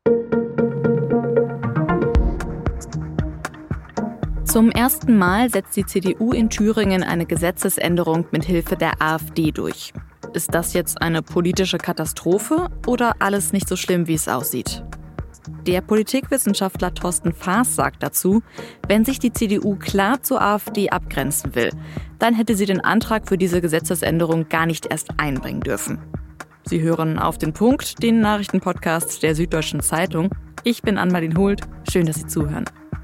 Zum ersten Mal setzt die CDU in Thüringen eine Gesetzesänderung mit Hilfe der AfD durch. Ist das jetzt eine politische Katastrophe oder alles nicht so schlimm, wie es aussieht? Der Politikwissenschaftler Thorsten Faas sagt dazu, wenn sich die CDU klar zur AfD abgrenzen will, dann hätte sie den Antrag für diese Gesetzesänderung gar nicht erst einbringen dürfen. Sie hören Auf den Punkt, den Nachrichtenpodcast der Süddeutschen Zeitung. Ich bin Ann-Marlin Hult. Schön, dass Sie zuhören.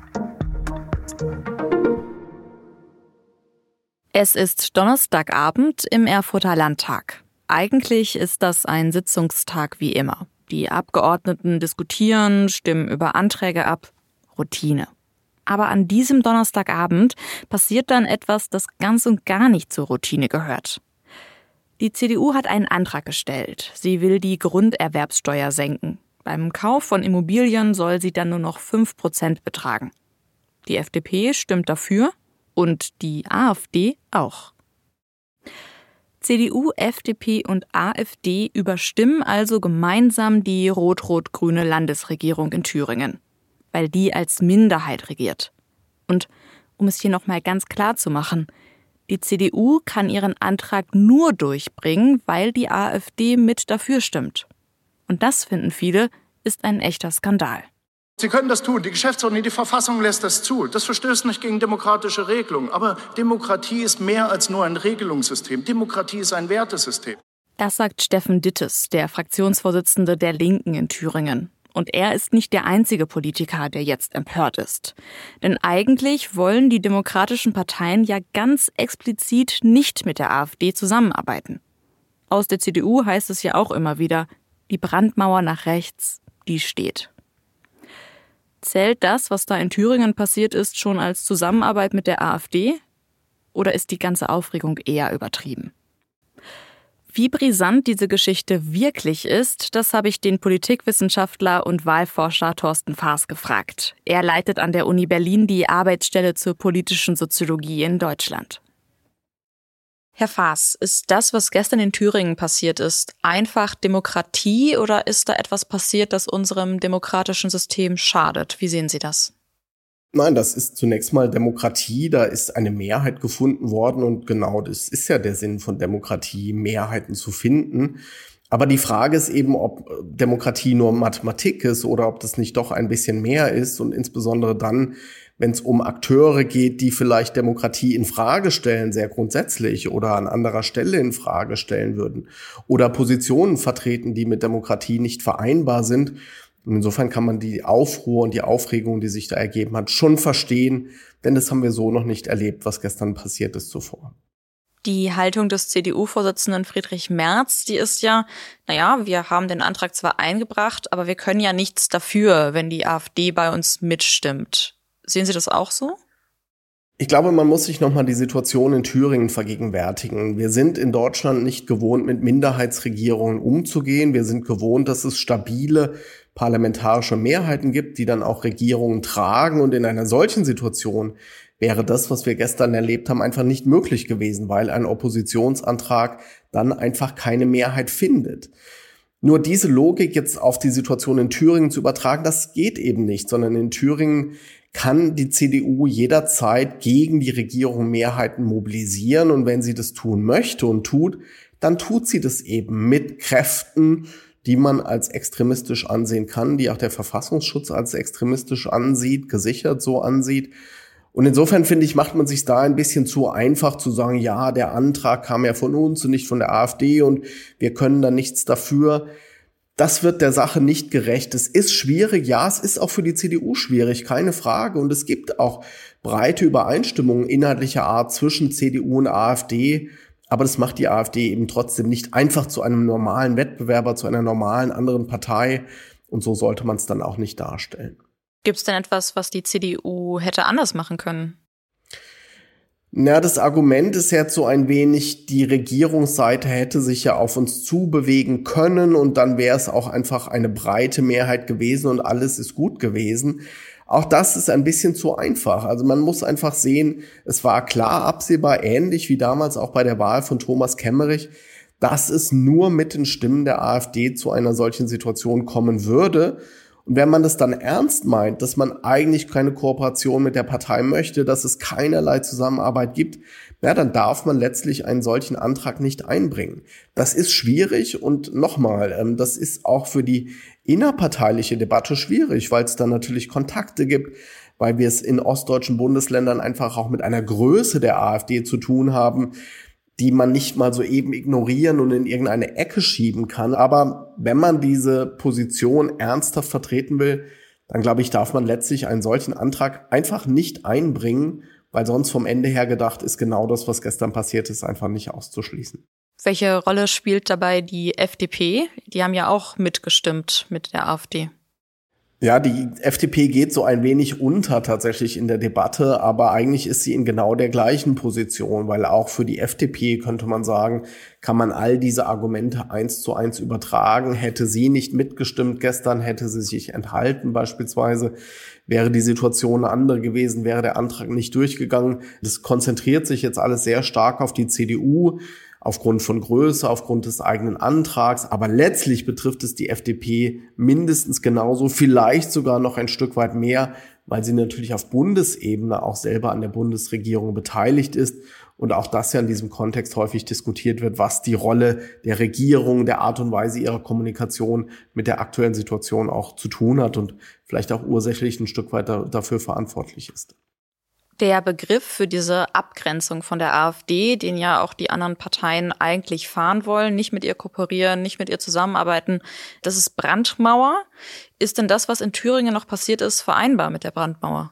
Es ist Donnerstagabend im Erfurter Landtag. Eigentlich ist das ein Sitzungstag wie immer. Die Abgeordneten diskutieren, stimmen über Anträge ab. Routine. Aber an diesem Donnerstagabend passiert dann etwas, das ganz und gar nicht zur Routine gehört. Die CDU hat einen Antrag gestellt. Sie will die Grunderwerbssteuer senken. Beim Kauf von Immobilien soll sie dann nur noch 5% betragen. Die FDP stimmt dafür und die AfD auch. CDU, FDP und AfD überstimmen also gemeinsam die rot-rot-grüne Landesregierung in Thüringen, weil die als Minderheit regiert. Und um es hier nochmal ganz klar zu machen, die CDU kann ihren Antrag nur durchbringen, weil die AfD mit dafür stimmt. Und das, finden viele, ist ein echter Skandal. Sie können das tun. Die Geschäftsordnung, die Verfassung lässt das zu. Das verstößt nicht gegen demokratische Regelungen. Aber Demokratie ist mehr als nur ein Regelungssystem. Demokratie ist ein Wertesystem. Das sagt Steffen Dittes, der Fraktionsvorsitzende der Linken in Thüringen. Und er ist nicht der einzige Politiker, der jetzt empört ist. Denn eigentlich wollen die demokratischen Parteien ja ganz explizit nicht mit der AfD zusammenarbeiten. Aus der CDU heißt es ja auch immer wieder, die Brandmauer nach rechts, die steht. Zählt das, was da in Thüringen passiert ist, schon als Zusammenarbeit mit der AfD? Oder ist die ganze Aufregung eher übertrieben? Wie brisant diese Geschichte wirklich ist, das habe ich den Politikwissenschaftler und Wahlforscher Thorsten Faas gefragt. Er leitet an der Uni Berlin die Arbeitsstelle zur politischen Soziologie in Deutschland. Herr Faas, ist das, was gestern in Thüringen passiert ist, einfach Demokratie oder ist da etwas passiert, das unserem demokratischen System schadet? Wie sehen Sie das? Nein, das ist zunächst mal Demokratie. Da ist eine Mehrheit gefunden worden und genau das ist ja der Sinn von Demokratie, Mehrheiten zu finden. Aber die Frage ist eben, ob Demokratie nur Mathematik ist oder ob das nicht doch ein bisschen mehr ist und insbesondere dann, wenn es um Akteure geht, die vielleicht Demokratie in Frage stellen, sehr grundsätzlich oder an anderer Stelle in Frage stellen würden oder Positionen vertreten, die mit Demokratie nicht vereinbar sind. Und insofern kann man die Aufruhr und die Aufregung, die sich da ergeben hat, schon verstehen, denn das haben wir so noch nicht erlebt, was gestern passiert ist zuvor. Die Haltung des CDU-Vorsitzenden Friedrich Merz, die ist ja, wir haben den Antrag zwar eingebracht, aber wir können ja nichts dafür, wenn die AfD bei uns mitstimmt. Sehen Sie das auch so? Ich glaube, man muss sich nochmal die Situation in Thüringen vergegenwärtigen. Wir sind in Deutschland nicht gewohnt, mit Minderheitsregierungen umzugehen. Wir sind gewohnt, dass es stabile parlamentarische Mehrheiten gibt, die dann auch Regierungen tragen. Und in einer solchen Situation wäre das, was wir gestern erlebt haben, einfach nicht möglich gewesen, weil ein Oppositionsantrag dann einfach keine Mehrheit findet. Nur diese Logik jetzt auf die Situation in Thüringen zu übertragen, das geht eben nicht, sondern in Thüringen kann die CDU jederzeit gegen die Regierung Mehrheiten mobilisieren. Und wenn sie das tun möchte und tut, dann tut sie das eben mit Kräften, die man als extremistisch ansehen kann, die auch der Verfassungsschutz als extremistisch ansieht, gesichert so ansieht. Und insofern, finde ich, macht man sich da ein bisschen zu einfach zu sagen, ja, der Antrag kam ja von uns und nicht von der AfD und wir können da nichts dafür. Das wird der Sache nicht gerecht. Es ist schwierig, ja, es ist auch für die CDU schwierig, keine Frage. Und es gibt auch breite Übereinstimmungen inhaltlicher Art zwischen CDU und AfD. Aber das macht die AfD eben trotzdem nicht einfach zu einem normalen Wettbewerber, zu einer normalen anderen Partei. Und so sollte man es dann auch nicht darstellen. Gibt es denn etwas, was die CDU hätte anders machen können? Na, das Argument ist jetzt so ein wenig, die Regierungsseite hätte sich ja auf uns zubewegen können und dann wäre es auch einfach eine breite Mehrheit gewesen und alles ist gut gewesen. Auch das ist ein bisschen zu einfach. Also man muss einfach sehen, es war klar absehbar, ähnlich wie damals auch bei der Wahl von Thomas Kemmerich, dass es nur mit den Stimmen der AfD zu einer solchen Situation kommen würde. Und wenn man das dann ernst meint, dass man eigentlich keine Kooperation mit der Partei möchte, dass es keinerlei Zusammenarbeit gibt, ja, dann darf man letztlich einen solchen Antrag nicht einbringen. Das ist schwierig und nochmal, das ist auch für die innerparteiliche Debatte schwierig, weil es dann natürlich Kontakte gibt, weil wir es in ostdeutschen Bundesländern einfach auch mit einer Größe der AfD zu tun haben, die man nicht mal so eben ignorieren und in irgendeine Ecke schieben kann. Aber wenn man diese Position ernsthaft vertreten will, dann glaube ich, darf man letztlich einen solchen Antrag einfach nicht einbringen, weil sonst vom Ende her gedacht ist genau das, was gestern passiert ist, einfach nicht auszuschließen. Welche Rolle spielt dabei die FDP? Die haben ja auch mitgestimmt mit der AfD. Ja, die FDP geht so ein wenig unter tatsächlich in der Debatte, aber eigentlich ist sie in genau der gleichen Position, weil auch für die FDP, könnte man sagen, kann man all diese Argumente 1:1 übertragen. Hätte sie nicht mitgestimmt gestern, hätte sie sich enthalten beispielsweise, wäre die Situation eine andere gewesen, wäre der Antrag nicht durchgegangen. Das konzentriert sich jetzt alles sehr stark auf die CDU, aufgrund von Größe, aufgrund des eigenen Antrags. Aber letztlich betrifft es die FDP mindestens genauso, vielleicht sogar noch ein Stück weit mehr, weil sie natürlich auf Bundesebene auch selber an der Bundesregierung beteiligt ist. Und auch das ja in diesem Kontext häufig diskutiert wird, was die Rolle der Regierung, der Art und Weise ihrer Kommunikation mit der aktuellen Situation auch zu tun hat und vielleicht auch ursächlich ein Stück weit dafür verantwortlich ist. Der Begriff für diese Abgrenzung von der AfD, den ja auch die anderen Parteien eigentlich fahren wollen, nicht mit ihr kooperieren, nicht mit ihr zusammenarbeiten, das ist Brandmauer. Ist denn das, was in Thüringen noch passiert ist, vereinbar mit der Brandmauer?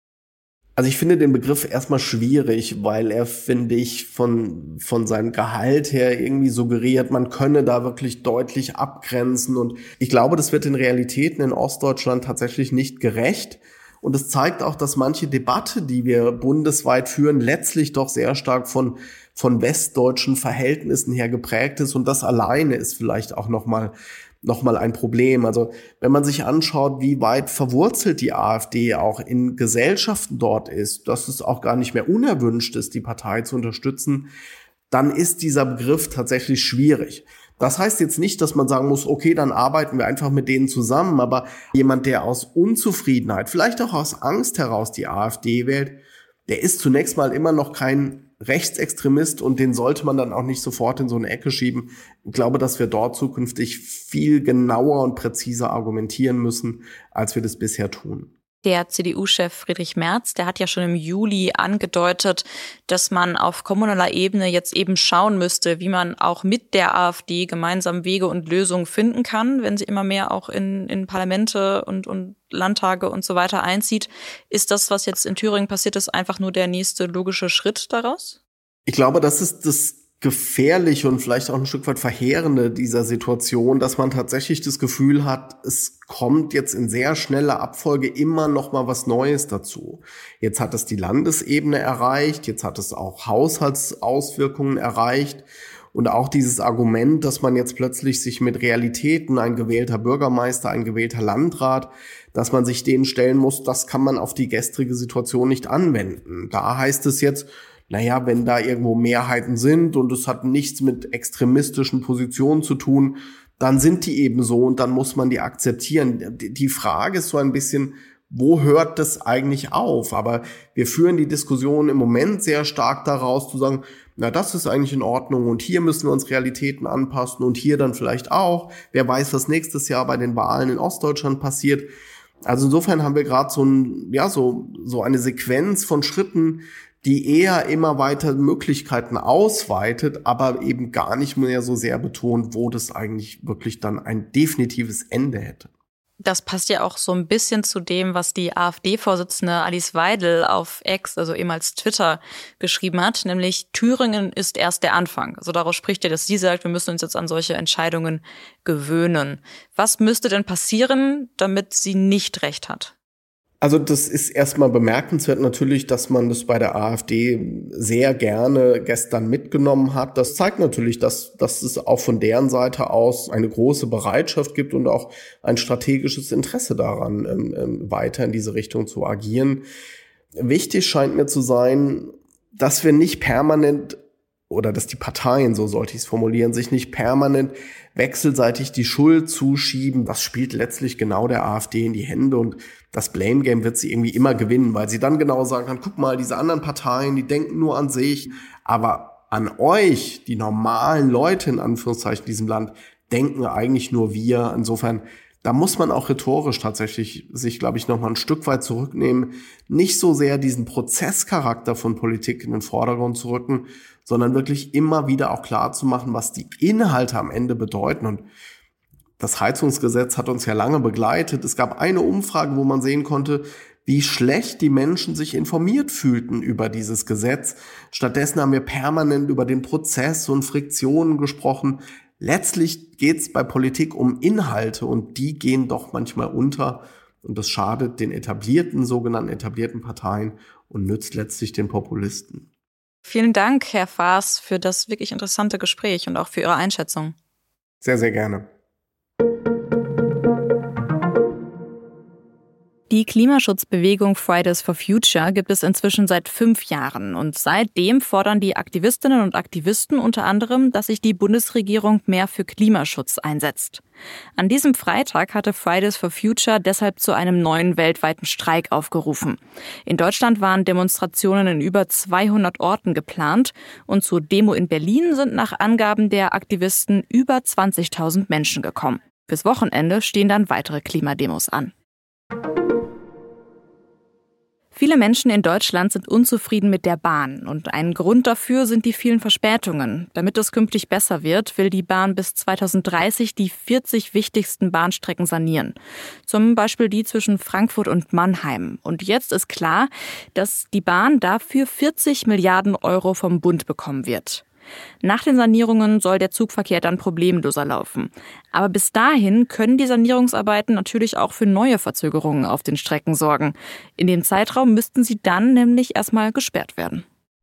Also ich finde den Begriff erstmal schwierig, weil er, finde ich, von seinem Gehalt her irgendwie suggeriert, man könne da wirklich deutlich abgrenzen. Und ich glaube, das wird den Realitäten in Ostdeutschland tatsächlich nicht gerecht. Und es zeigt auch, dass manche Debatte, die wir bundesweit führen, letztlich doch sehr stark von westdeutschen Verhältnissen her geprägt ist. Und das alleine ist vielleicht auch noch mal ein Problem. Also wenn man sich anschaut, wie weit verwurzelt die AfD auch in Gesellschaften dort ist, dass es auch gar nicht mehr unerwünscht ist, die Partei zu unterstützen, dann ist dieser Begriff tatsächlich schwierig. Das heißt jetzt nicht, dass man sagen muss, okay, dann arbeiten wir einfach mit denen zusammen, aber jemand, der aus Unzufriedenheit, vielleicht auch aus Angst heraus die AfD wählt, der ist zunächst mal immer noch kein Rechtsextremist und den sollte man dann auch nicht sofort in so eine Ecke schieben. Ich glaube, dass wir dort zukünftig viel genauer und präziser argumentieren müssen, als wir das bisher tun. Der CDU-Chef Friedrich Merz, der hat ja schon im Juli angedeutet, dass man auf kommunaler Ebene jetzt eben schauen müsste, wie man auch mit der AfD gemeinsam Wege und Lösungen finden kann, wenn sie immer mehr auch in Parlamente und Landtage und so weiter einzieht. Ist das, was jetzt in Thüringen passiert ist, einfach nur der nächste logische Schritt daraus? Ich glaube, das ist das Gefährliche und vielleicht auch ein Stück weit Verheerende dieser Situation, dass man tatsächlich das Gefühl hat, es kommt jetzt in sehr schneller Abfolge immer noch mal was Neues dazu. Jetzt hat es die Landesebene erreicht, jetzt hat es auch Haushaltsauswirkungen erreicht und auch dieses Argument, dass man jetzt plötzlich sich mit Realitäten, ein gewählter Bürgermeister, ein gewählter Landrat, dass man sich denen stellen muss, das kann man auf die gestrige Situation nicht anwenden. Da heißt es jetzt, naja, wenn da irgendwo Mehrheiten sind und es hat nichts mit extremistischen Positionen zu tun, dann sind die eben so und dann muss man die akzeptieren. Die Frage ist so ein bisschen, wo hört das eigentlich auf? Aber wir führen die Diskussion im Moment sehr stark daraus zu sagen, na, das ist eigentlich in Ordnung und hier müssen wir uns Realitäten anpassen und hier dann vielleicht auch. Wer weiß, was nächstes Jahr bei den Wahlen in Ostdeutschland passiert. Also insofern haben wir gerade so eine Sequenz von Schritten, die eher immer weiter Möglichkeiten ausweitet, aber eben gar nicht mehr so sehr betont, wo das eigentlich wirklich dann ein definitives Ende hätte. Das passt ja auch so ein bisschen zu dem, was die AfD-Vorsitzende Alice Weidel auf X, also ehemals Twitter, geschrieben hat, nämlich Thüringen ist erst der Anfang. Also daraus spricht ja, dass sie sagt, wir müssen uns jetzt an solche Entscheidungen gewöhnen. Was müsste denn passieren, damit sie nicht recht hat? Also das ist erstmal bemerkenswert natürlich, dass man das bei der AfD sehr gerne gestern mitgenommen hat. Das zeigt natürlich, dass es auch von deren Seite aus eine große Bereitschaft gibt und auch ein strategisches Interesse daran, weiter in diese Richtung zu agieren. Wichtig scheint mir zu sein, dass wir nicht permanent oder dass die Parteien, so sollte ich es formulieren, sich nicht permanent wechselseitig die Schuld zuschieben. Das spielt letztlich genau der AfD in die Hände und das Blame Game wird sie irgendwie immer gewinnen, weil sie dann genau sagen kann, guck mal, diese anderen Parteien, die denken nur an sich, aber an euch, die normalen Leute in Anführungszeichen in diesem Land, denken eigentlich nur wir. Insofern, da muss man auch rhetorisch tatsächlich sich, glaube ich, nochmal ein Stück weit zurücknehmen, nicht so sehr diesen Prozesscharakter von Politik in den Vordergrund zu rücken, sondern wirklich immer wieder auch klar zu machen, was die Inhalte am Ende bedeuten. Und das Heizungsgesetz hat uns ja lange begleitet. Es gab eine Umfrage, wo man sehen konnte, wie schlecht die Menschen sich informiert fühlten über dieses Gesetz. Stattdessen haben wir permanent über den Prozess und Friktionen gesprochen. Letztlich geht es bei Politik um Inhalte und die gehen doch manchmal unter. Und das schadet den sogenannten etablierten Parteien und nützt letztlich den Populisten. Vielen Dank, Herr Faas, für das wirklich interessante Gespräch und auch für Ihre Einschätzung. Sehr, sehr gerne. Die Klimaschutzbewegung Fridays for Future gibt es inzwischen seit 5 Jahren und seitdem fordern die Aktivistinnen und Aktivisten unter anderem, dass sich die Bundesregierung mehr für Klimaschutz einsetzt. An diesem Freitag hatte Fridays for Future deshalb zu einem neuen weltweiten Streik aufgerufen. In Deutschland waren Demonstrationen in über 200 Orten geplant und zur Demo in Berlin sind nach Angaben der Aktivisten über 20.000 Menschen gekommen. Bis Wochenende stehen dann weitere Klimademos an. Viele Menschen in Deutschland sind unzufrieden mit der Bahn und ein Grund dafür sind die vielen Verspätungen. Damit es künftig besser wird, will die Bahn bis 2030 die 40 wichtigsten Bahnstrecken sanieren. Zum Beispiel die zwischen Frankfurt und Mannheim. Und jetzt ist klar, dass die Bahn dafür 40 Milliarden Euro vom Bund bekommen wird. Nach den Sanierungen soll der Zugverkehr dann problemloser laufen. Aber bis dahin können die Sanierungsarbeiten natürlich auch für neue Verzögerungen auf den Strecken sorgen. In dem Zeitraum müssten sie dann nämlich erstmal gesperrt werden.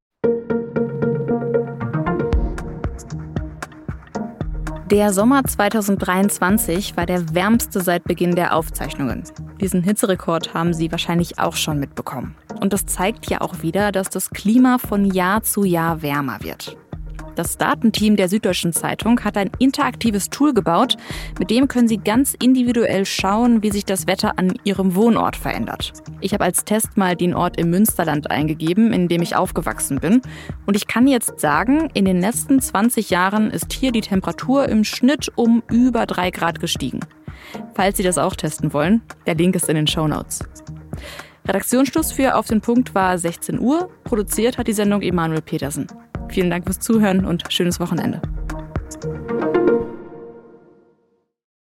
Der Sommer 2023 war der wärmste seit Beginn der Aufzeichnungen. Diesen Hitzerekord haben Sie wahrscheinlich auch schon mitbekommen. Und das zeigt ja auch wieder, dass das Klima von Jahr zu Jahr wärmer wird. Das Datenteam der Süddeutschen Zeitung hat ein interaktives Tool gebaut, mit dem können Sie ganz individuell schauen, wie sich das Wetter an Ihrem Wohnort verändert. Ich habe als Test mal den Ort im Münsterland eingegeben, in dem ich aufgewachsen bin. Und ich kann jetzt sagen, in den letzten 20 Jahren ist hier die Temperatur im Schnitt um über 3 Grad gestiegen. Falls Sie das auch testen wollen, der Link ist in den Shownotes. Redaktionsschluss für Auf den Punkt war 16 Uhr. Produziert hat die Sendung Emanuel Petersen. Vielen Dank fürs Zuhören und schönes Wochenende.